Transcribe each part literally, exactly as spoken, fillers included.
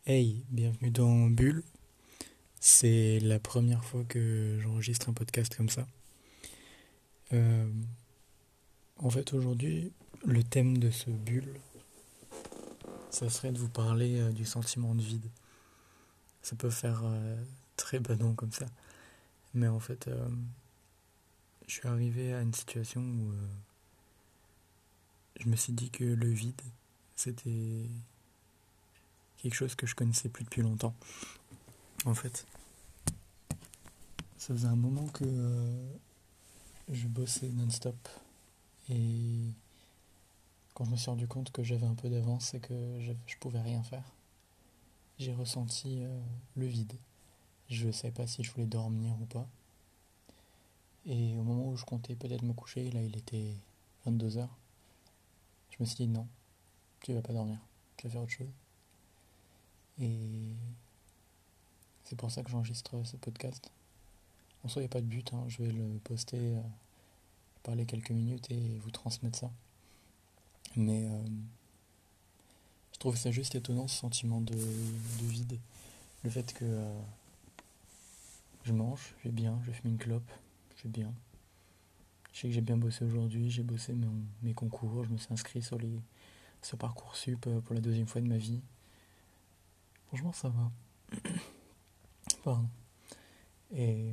Hey, bienvenue dans Bulle. C'est la première fois que j'enregistre un podcast comme ça. Euh, en fait, aujourd'hui, le thème de ce Bulle, ça serait de vous parler euh, du sentiment de vide. Ça peut faire euh, très badant comme ça, mais en fait, euh, je suis arrivé à une situation où euh, je me suis dit que le vide, c'était quelque chose que je connaissais plus depuis longtemps. En fait, ça faisait un moment que euh, je bossais non-stop et quand je me suis rendu compte que j'avais un peu d'avance et que je, je pouvais rien faire, j'ai ressenti euh, le vide. Je ne savais pas si je voulais dormir ou pas. Et au moment où je comptais peut-être me coucher, là il était vingt-deux heures, je me suis dit non, tu vas pas dormir, tu vas faire autre chose. Et c'est pour ça que j'enregistre ce podcast. En soi, il n'y a pas de but, hein. Je vais le poster, euh, parler quelques minutes et vous transmettre ça. Mais euh, je trouve ça juste étonnant, ce sentiment de, de vide. Le fait que euh, je mange, je vais bien, je fume une clope, je vais bien. Je sais que j'ai bien bossé aujourd'hui, j'ai bossé mes, mes concours, je me suis inscrit sur, les, sur Parcoursup pour la deuxième fois de ma vie. Franchement, ça va. Pardon. Et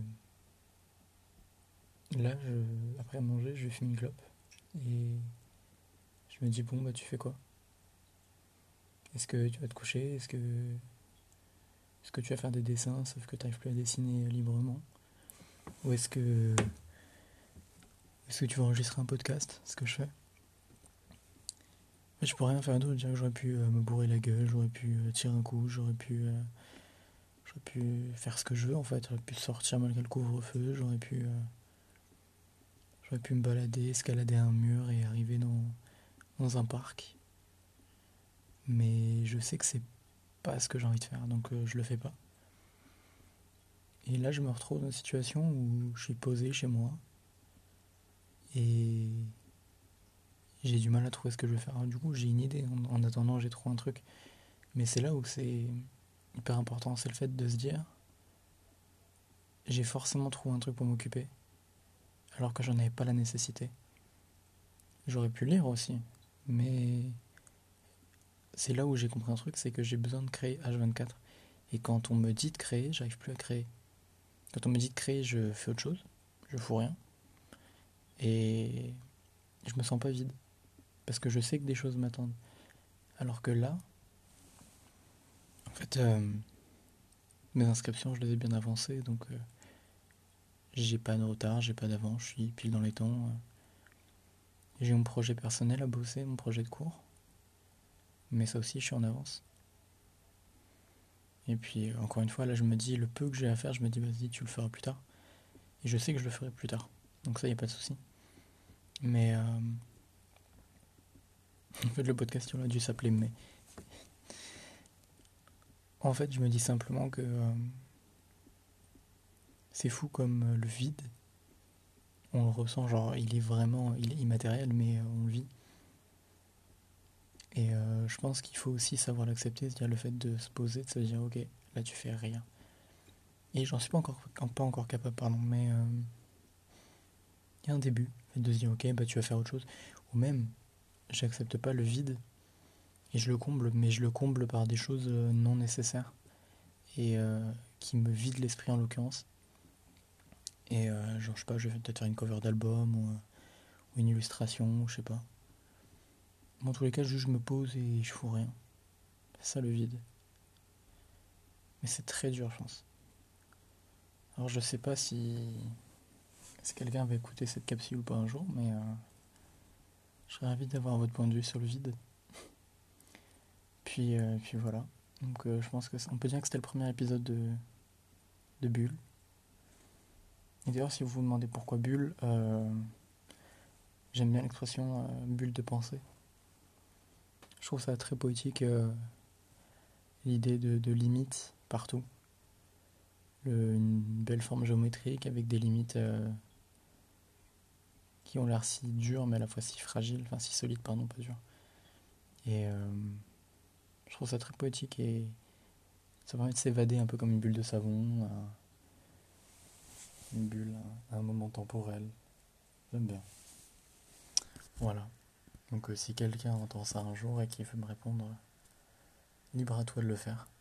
là, je, après manger, je vais fumer une clope. Et je me dis, bon, bah tu fais quoi? Est-ce que tu vas te coucher? Est-ce que, est-ce que tu vas faire des dessins, sauf que tu n'arrives plus à dessiner librement? Ou est-ce que, est-ce que tu vas enregistrer un podcast? Ce que je fais. Mais je pourrais rien faire d'autre. J'aurais pu euh, me bourrer la gueule, j'aurais pu euh, tirer un coup, j'aurais pu, euh, j'aurais pu faire ce que je veux en fait. J'aurais pu sortir malgré le couvre-feu, j'aurais pu, euh, j'aurais pu me balader, escalader un mur et arriver dans, dans un parc. Mais je sais que c'est pas ce que j'ai envie de faire, donc euh, je le fais pas. Et là, je me retrouve dans une situation où je suis posé chez moi et j'ai du mal à trouver ce que je veux faire. Alors, du coup, j'ai une idée. En, en attendant, j'ai trouvé un truc. Mais c'est là où c'est hyper important, c'est le fait de se dire j'ai forcément trouvé un truc pour m'occuper, alors que j'en avais pas la nécessité. J'aurais pu lire aussi, mais c'est là où j'ai compris un truc, c'est que j'ai besoin de créer H vingt-quatre. Et quand on me dit de créer, j'arrive plus à créer. Quand on me dit de créer, je fais autre chose, je fous rien, et je me sens pas vide, parce que je sais que des choses m'attendent. Alors que là, en fait, euh, mes inscriptions, je les ai bien avancées, donc euh, j'ai pas de retard, j'ai pas d'avance, je suis pile dans les temps. euh. J'ai mon projet personnel à bosser, mon projet de cours, mais ça aussi, je suis en avance. Et puis, euh, encore une fois, là, je me dis, le peu que j'ai à faire, je me dis, vas-y, tu le feras plus tard. Et je sais que je le ferai plus tard. Donc ça, y a pas de souci. Mais, euh, en fait, le podcast, il aurait dû s'appeler Mais. En fait, je me dis simplement que euh, c'est fou comme euh, le vide, on le ressent, genre, il est vraiment, il est immatériel, mais euh, on le vit. Et euh, je pense qu'il faut aussi savoir l'accepter, c'est-à-dire le fait de se poser, de se dire, ok, là, tu fais rien. Et j'en suis pas encore, pas encore capable, pardon, mais euh, il y a un début, de se dire, ok, bah, tu vas faire autre chose. Ou même, j'accepte pas le vide et je le comble, mais je le comble par des choses euh, non nécessaires et euh, qui me vident l'esprit en l'occurrence. Et euh, genre, je sais pas, je vais peut-être faire une cover d'album ou, euh, ou une illustration, ou je sais pas. Dans tous les cas, juste je me pose et je fous rien. C'est ça le vide. Mais c'est très dur, je pense. Alors, je sais pas si, si quelqu'un va écouter cette capsule ou pas un jour, mais euh, je serais ravi d'avoir votre point de vue sur le vide. Puis, euh, puis voilà. Donc, euh, je pense que on peut dire que c'était le premier épisode de, de Bulle. Et d'ailleurs, si vous vous demandez pourquoi bulle, euh, j'aime bien l'expression euh, bulle de pensée. Je trouve ça très poétique, euh, l'idée de, de limites partout. Le- une belle forme géométrique avec des limites euh, qui ont l'air si dures, mais à la fois si fragiles, enfin si solides, pardon, pas dures. Et euh, je trouve ça très poétique et Ça permet de s'évader un peu comme une bulle de savon, un- une bulle, un, un moment temporel. J'aime bien. Voilà. Donc euh, si quelqu'un entend ça un jour et qu'il veut me répondre, libre à toi de le faire.